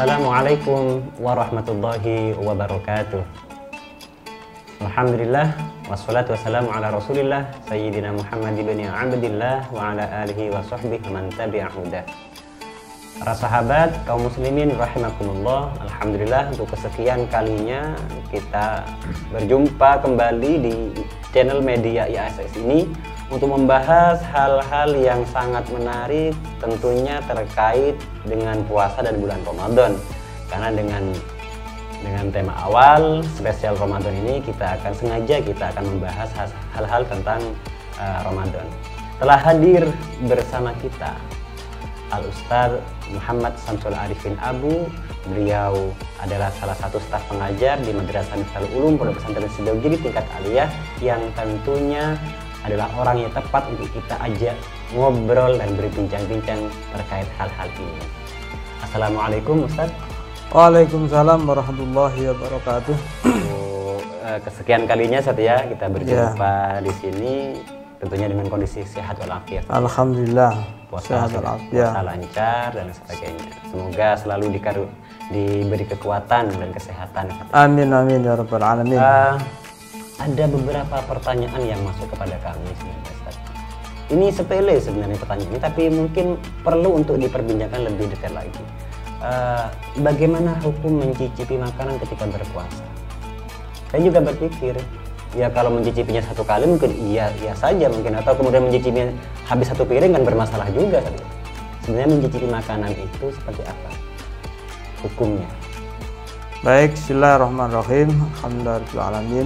Assalamualaikum warahmatullahi wabarakatuh. Alhamdulillah wassalatu wassalamu ala Rasulillah Sayyidina Muhammad ibn Abdillah wa ala alihi wa sahbihi man tabi'ahudah. Para sahabat kaum muslimin rahimakumullah, alhamdulillah untuk kesekian kalinya kita berjumpa kembali di channel media IASS ini untuk membahas hal-hal yang sangat menarik tentunya terkait dengan puasa dan bulan Ramadan. Karena dengan tema awal spesial Ramadan ini kita akan membahas hal-hal tentang Ramadan. Telah hadir bersama kita Al-Ustadz Muhammad Samsul Arifin Abu. Beliau adalah salah satu staf pengajar di Madrasah Miftaul Ulum Pondok Pesantren Sidogiri tingkat aliyah, yang tentunya adalah orang yang tepat untuk kita ajak ngobrol dan berbincang-bincang terkait hal-hal ini. Assalamualaikum Ustadz. Waalaikumsalam warahmatullahi wabarakatuh. Kesekian kalinya Satya kita berjumpa di sini, tentunya dengan kondisi sehat walafiat. Alhamdulillah. Puasa lancar dan sebagainya. Semoga selalu diberi kekuatan dan kesehatan. Amin amin ya rabbal alamin. Ada beberapa pertanyaan yang masuk kepada kami sebenarnya, Ustaz. Ini sepele sebenarnya pertanyaan ini, tapi mungkin perlu untuk diperbincangkan lebih detail lagi. Bagaimana hukum mencicipi makanan ketika berpuasa? Saya juga berpikir, ya kalau mencicipinya satu kali mungkin iya saja mungkin, atau kemudian mencicipinya habis satu piring kan bermasalah juga. Sebenarnya mencicipi makanan itu seperti apa hukumnya? Baik, bismillahirrahmanirrahim. Alhamdulillahirrahmanirrahim.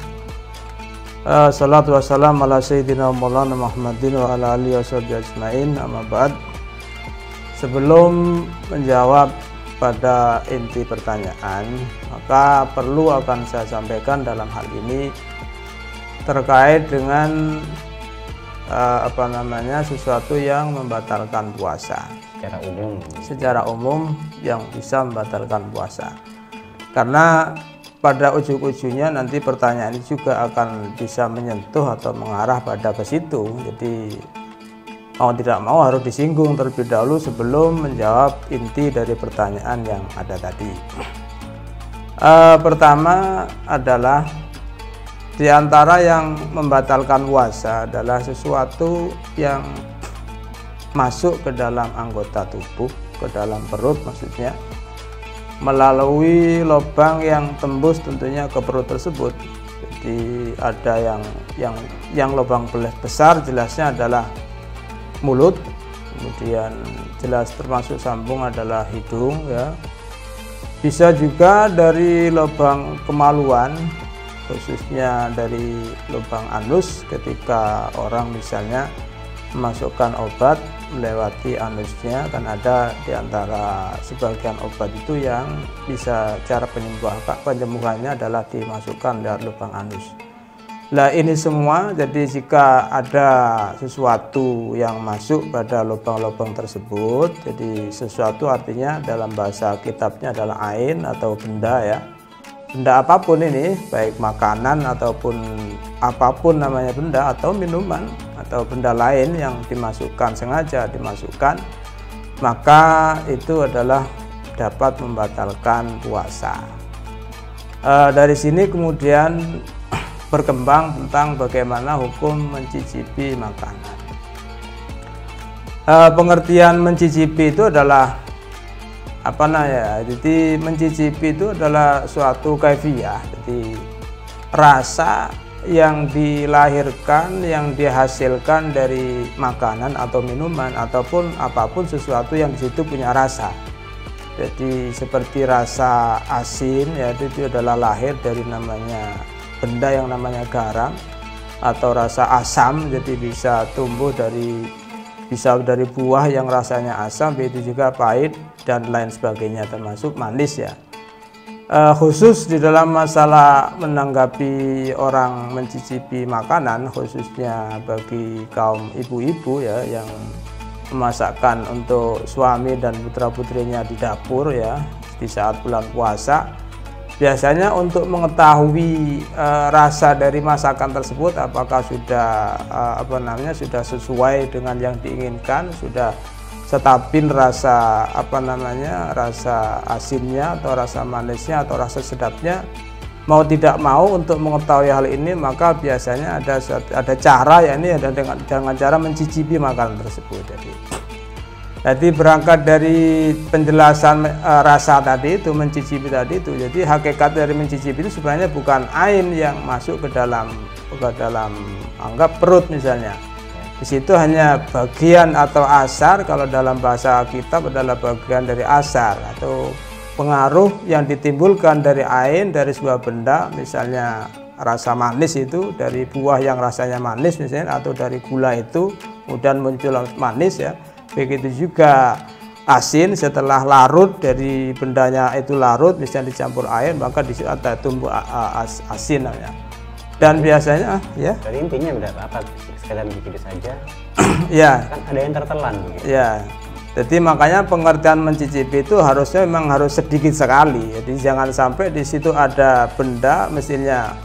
Salatu wassalamu ala sayyidina maulana Muhammadin wa ala alihi washabihi ajmain, amma ba'd. Sebelum menjawab pada inti pertanyaan, maka perlu akan saya sampaikan dalam hal ini terkait dengan sesuatu yang membatalkan puasa secara umum yang bisa membatalkan puasa. Karena pada ujung-ujungnya nanti pertanyaan ini juga akan bisa menyentuh atau mengarah pada ke situ. Jadi mau tidak mau harus disinggung terlebih dahulu sebelum menjawab inti dari pertanyaan yang ada tadi. Pertama adalah di antara yang membatalkan puasa adalah sesuatu yang masuk ke dalam anggota tubuh, ke dalam perut maksudnya, melalui lubang yang tembus tentunya ke perut tersebut. Jadi ada yang lubang besar jelasnya adalah mulut, kemudian jelas termasuk sambung adalah hidung ya. Bisa juga dari lubang kemaluan, khususnya dari lubang anus ketika orang misalnya memasukkan obat melewati anusnya, kan ada di antara sebagian obat itu yang bisa cara penyembuhannya adalah dimasukkan lewat lubang anus. Nah ini semua, jadi jika ada sesuatu yang masuk pada lubang-lubang tersebut, jadi sesuatu artinya dalam bahasa kitabnya adalah ain atau benda ya. Benda apapun ini, baik makanan ataupun apapun namanya benda, atau minuman atau benda lain yang sengaja dimasukkan, maka itu adalah dapat membatalkan puasa. Dari sini kemudian berkembang tentang bagaimana hukum mencicipi makanan. Pengertian mencicipi itu adalah jadi mencicipi itu adalah suatu kaifiyah, jadi rasa yang dilahirkan, yang dihasilkan dari makanan atau minuman ataupun apapun sesuatu yang di situ punya rasa. Jadi seperti rasa asin ya, itu adalah lahir dari benda yang namanya garam, atau rasa asam jadi bisa tumbuh dari buah yang rasanya asam, begitu juga pahit dan lain sebagainya termasuk manis ya. Khusus di dalam masalah menanggapi orang mencicipi makanan, khususnya bagi kaum ibu-ibu ya yang memasakkan untuk suami dan putra-putrinya di dapur ya di saat bulan puasa, biasanya untuk mengetahui rasa dari masakan tersebut apakah sudah sudah sesuai dengan yang diinginkan, sudah stabil rasa rasa asinnya atau rasa manisnya atau rasa sedapnya. Mau tidak mau untuk mengetahui hal ini maka biasanya ada cara, ya ini ada dengan cara mencicipi makanan tersebut. Jadi berangkat dari penjelasan rasa tadi itu, mencicipi tadi itu. Jadi hakikat dari mencicipi itu sebenarnya bukan ain yang masuk ke dalam anggap perut misalnya. Di situ hanya bagian atau asar, kalau dalam bahasa kitab adalah bagian dari asar atau pengaruh yang ditimbulkan dari ain, dari sebuah benda, misalnya rasa manis itu dari buah yang rasanya manis misalnya, atau dari gula itu kemudian muncul manis ya. Begitu juga asin setelah larut, dari bendanya itu larut misalnya dicampur air, maka di situ ada tumbuh asin namanya. Dan biasanya ya. Dari intinya apa? Sekedar mencicipi saja. Ya. Kan ada yang tertelan gitu. Ya. Jadi makanya pengertian mencicipi itu harusnya memang harus sedikit sekali. Jadi jangan sampai di situ ada benda mestinya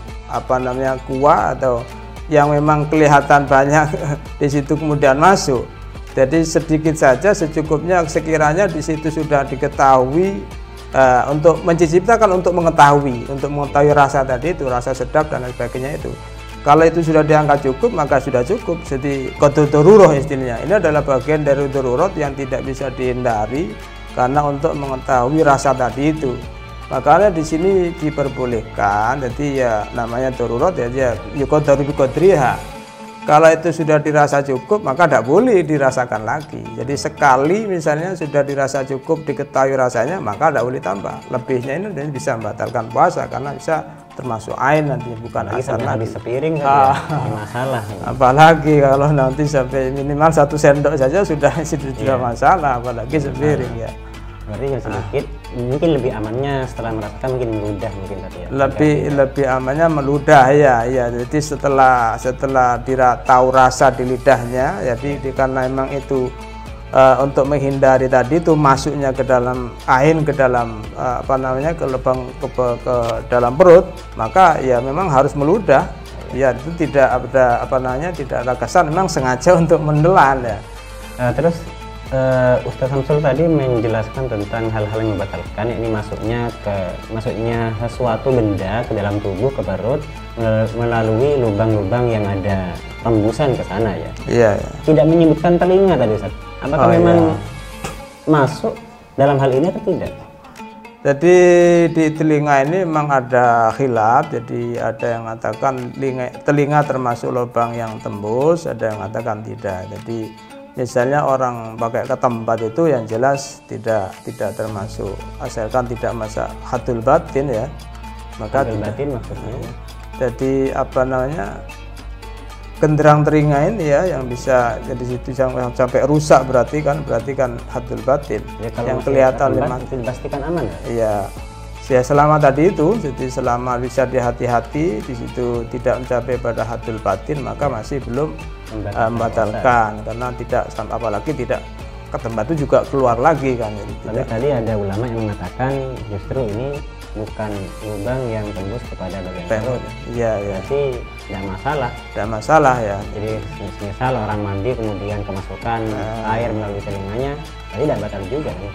kuah atau yang memang kelihatan banyak di situ kemudian masuk. Jadi sedikit saja secukupnya, sekiranya di situ sudah diketahui. Untuk mencicipi kan untuk mengetahui rasa tadi itu, rasa sedap dan lain sebagainya itu. Kalau itu sudah dianggap cukup maka sudah cukup. Jadi qadru daruroh istilahnya. Ini adalah bagian dari darurat yang tidak bisa dihindari karena untuk mengetahui rasa tadi itu. Makanya di sini diperbolehkan. Jadi ya namanya darurat ya yuqaddaru bi qadriha. Kalau itu sudah dirasa cukup maka tidak boleh dirasakan lagi. Jadi sekali misalnya sudah dirasa cukup, diketahui rasanya, maka tidak boleh tambah. Lebihnya ini bisa membatalkan puasa karena bisa termasuk ain nanti, bukan asar lagi. Habis sepiring kan masalah. Apalagi kalau nanti sampai minimal 1 sendok saja sudah masalah, apalagi sepiring ya. Berarti yang sedikit mungkin lebih amannya setelah merasakan mungkin meludah mungkin tadi ya. Lebih amannya meludah ya. Jadi setelah tahu rasa di lidahnya, jadi karena memang itu untuk menghindari tadi itu masuknya ke dalam ain, ke dalam ke lubang ke dalam perut, maka ya memang harus meludah. Ya itu tidak tidak ada kesan memang sengaja untuk menelan ya. Terus Ustaz Samsul tadi menjelaskan tentang hal-hal yang membatalkan, yakni masuknya sesuatu benda ke dalam tubuh, ke perut melalui lubang-lubang yang ada tembusan ke sana ya. Iya. Tidak menyebutkan telinga tadi Ustaz. Apakah memang masuk dalam hal ini atau tidak? Jadi di telinga ini memang ada khilaf. Jadi ada yang mengatakan telinga termasuk lubang yang tembus, ada yang mengatakan tidak. Jadi misalnya orang pakai ketempat itu yang jelas tidak termasuk, asalkan tidak masuk hadul batin ya, maka hadul batin maksudnya. Jadi genderang telinga ini ya yang bisa jadi situ sampai rusak berarti kan hadul batin ya, yang kelihatan itu dipastikan aman ya. Ya selama tadi itu, jadi selama bisa dihati-hati di situ tidak mencapai pada hadul batin maka masih belum membatalkan karena tidak, apalagi tidak ke tempat itu juga keluar lagi kan. Tapi tadi ada ulama yang mengatakan justru ini bukan lubang yang tembus kepada bagian perut. Iya. Berarti tidak masalah. Tidak masalah ya. Jadi misal orang mandi kemudian kemasukan air melalui telinganya, tadi tidak batal juga kan?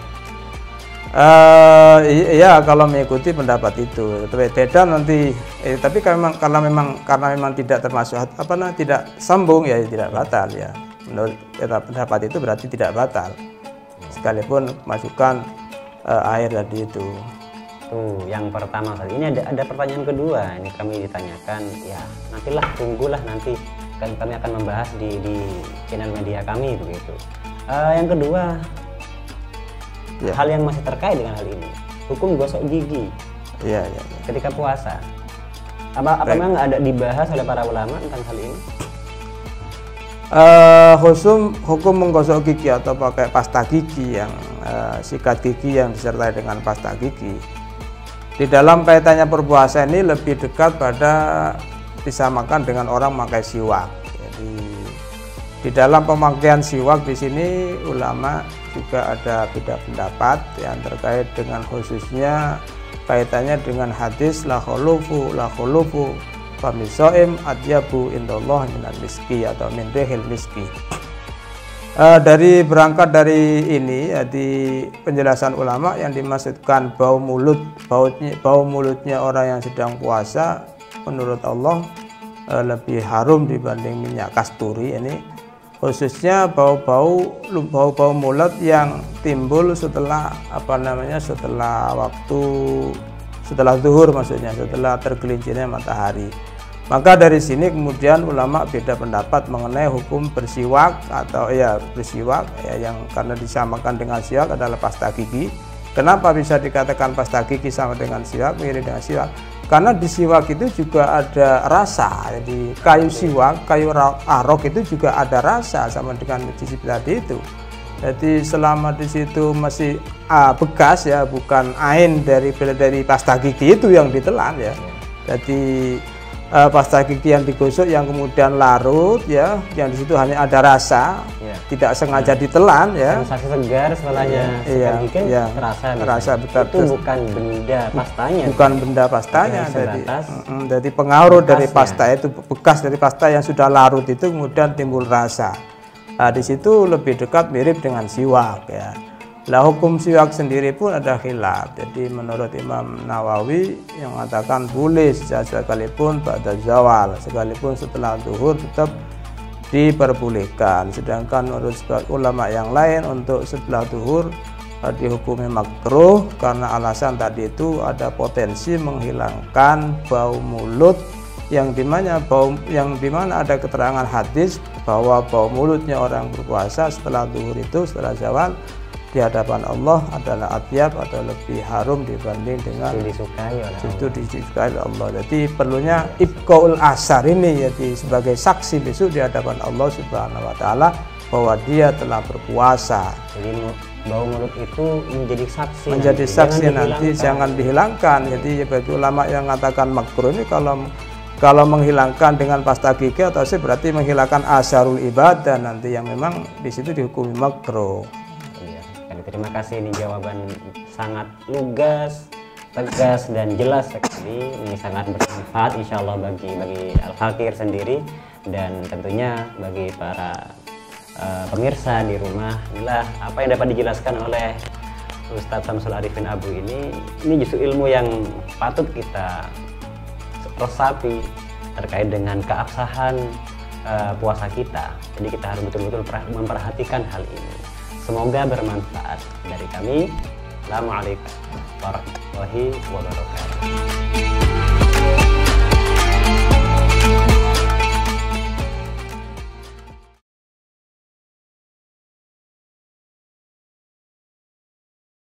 Iya kalau mengikuti pendapat itu. Beda nanti. Tapi karena memang tidak termasuk tidak sambung ya tidak batal ya. Menurut pendapat itu berarti tidak batal. Sekalipun masukkan air tadi itu. Tuh, yang pertama tadi. Ini ada pertanyaan kedua. Ini kami ditanyakan. Ya, tunggulah nanti kan kami akan membahas di channel media kami begitu. Yang kedua. Ya. Hal yang masih terkait dengan hal ini, hukum gosok gigi ketika puasa. Apa memang ada dibahas oleh para ulama tentang hal ini? Hukum menggosok gigi atau pakai pasta gigi yang sikat gigi yang disertai dengan pasta gigi di dalam kaitannya berpuasa ini lebih dekat pada disamakan dengan orang memakai siwak. Jadi di dalam pemakaian siwak di sini ulama juga ada beda pendapat yang terkait dengan khususnya kaitannya dengan hadis la khulufu famisoim adyabu indallah minal miski atau min rihil miski. Berangkat dari ini, di penjelasan ulama yang dimaksudkan bau mulutnya orang yang sedang puasa menurut Allah lebih harum dibanding minyak kasturi. Ini khususnya bau mulut yang timbul setelah setelah zuhur, maksudnya setelah tergelincirnya matahari. Maka dari sini kemudian ulama beda pendapat mengenai hukum bersiwak atau bersiwak yang karena disamakan dengan siwak adalah pasta gigi. Kenapa bisa dikatakan pasta gigi sama dengan siwak, mirip dengan siwak? Karena di siwak itu juga ada rasa. Jadi kayu siwak, kayu arok itu juga ada rasa sama dengan cicip tadi itu. Jadi selama di situ masih bekas ya, bukan ain dari pasta gigi itu yang ditelan ya. Jadi pasta gigi yang digosok yang kemudian larut ya, yang di situ hanya ada rasa, tidak sengaja ditelan ya. Sensasi segar setelahnya sikat gigi terasa betul. Itu bukan benda pastanya. Bukan benda pastanya. Jadi pengaruh dari pasta itu, bekas dari pasta yang sudah larut itu kemudian timbul rasa. Nah, di situ lebih dekat mirip dengan siwak ya. Lah hukum siwak sendiri pun ada khilaf. Jadi menurut Imam Nawawi yang mengatakan boleh sekalipun pada zawal, sekalipun setelah zuhur tetap diperbolehkan. Sedangkan menurut ulama yang lain untuk setelah zuhur dihukumi makruh karena alasan tadi itu ada potensi menghilangkan bau mulut yang dimana ada keterangan hadis bahwa bau mulutnya orang berpuasa setelah zuhur itu, setelah zawal, di hadapan Allah adalah atyab atau lebih harum dibanding dengan disukai oleh Allah. Jadi perlunya ibqaul asar ini jadi sebagai saksi besok di hadapan Allah Subhanahu wa taala bahwa dia telah berpuasa. Jadi bau mulut itu menjadi saksi nanti jangan dihilangkan. Jadi bagi ulama yang mengatakan makruh ini kalau menghilangkan dengan pasta gigi atau berarti menghilangkan asarul ibadah nanti yang memang di situ dihukumi makruh. Terima kasih, ini jawaban sangat lugas, tegas dan jelas sekali. Ini sangat bermanfaat insya Allah bagi Al-Fakir sendiri dan tentunya bagi para pemirsa di rumah. Inilah apa yang dapat dijelaskan oleh Ustadz Samsul Arifin Abu ini justru ilmu yang patut kita resapi terkait dengan keabsahan puasa kita. Jadi kita harus betul-betul memperhatikan hal ini. Semoga bermanfaat. Dari kami, Assalamualaikum warahmatullahi wabarakatuh.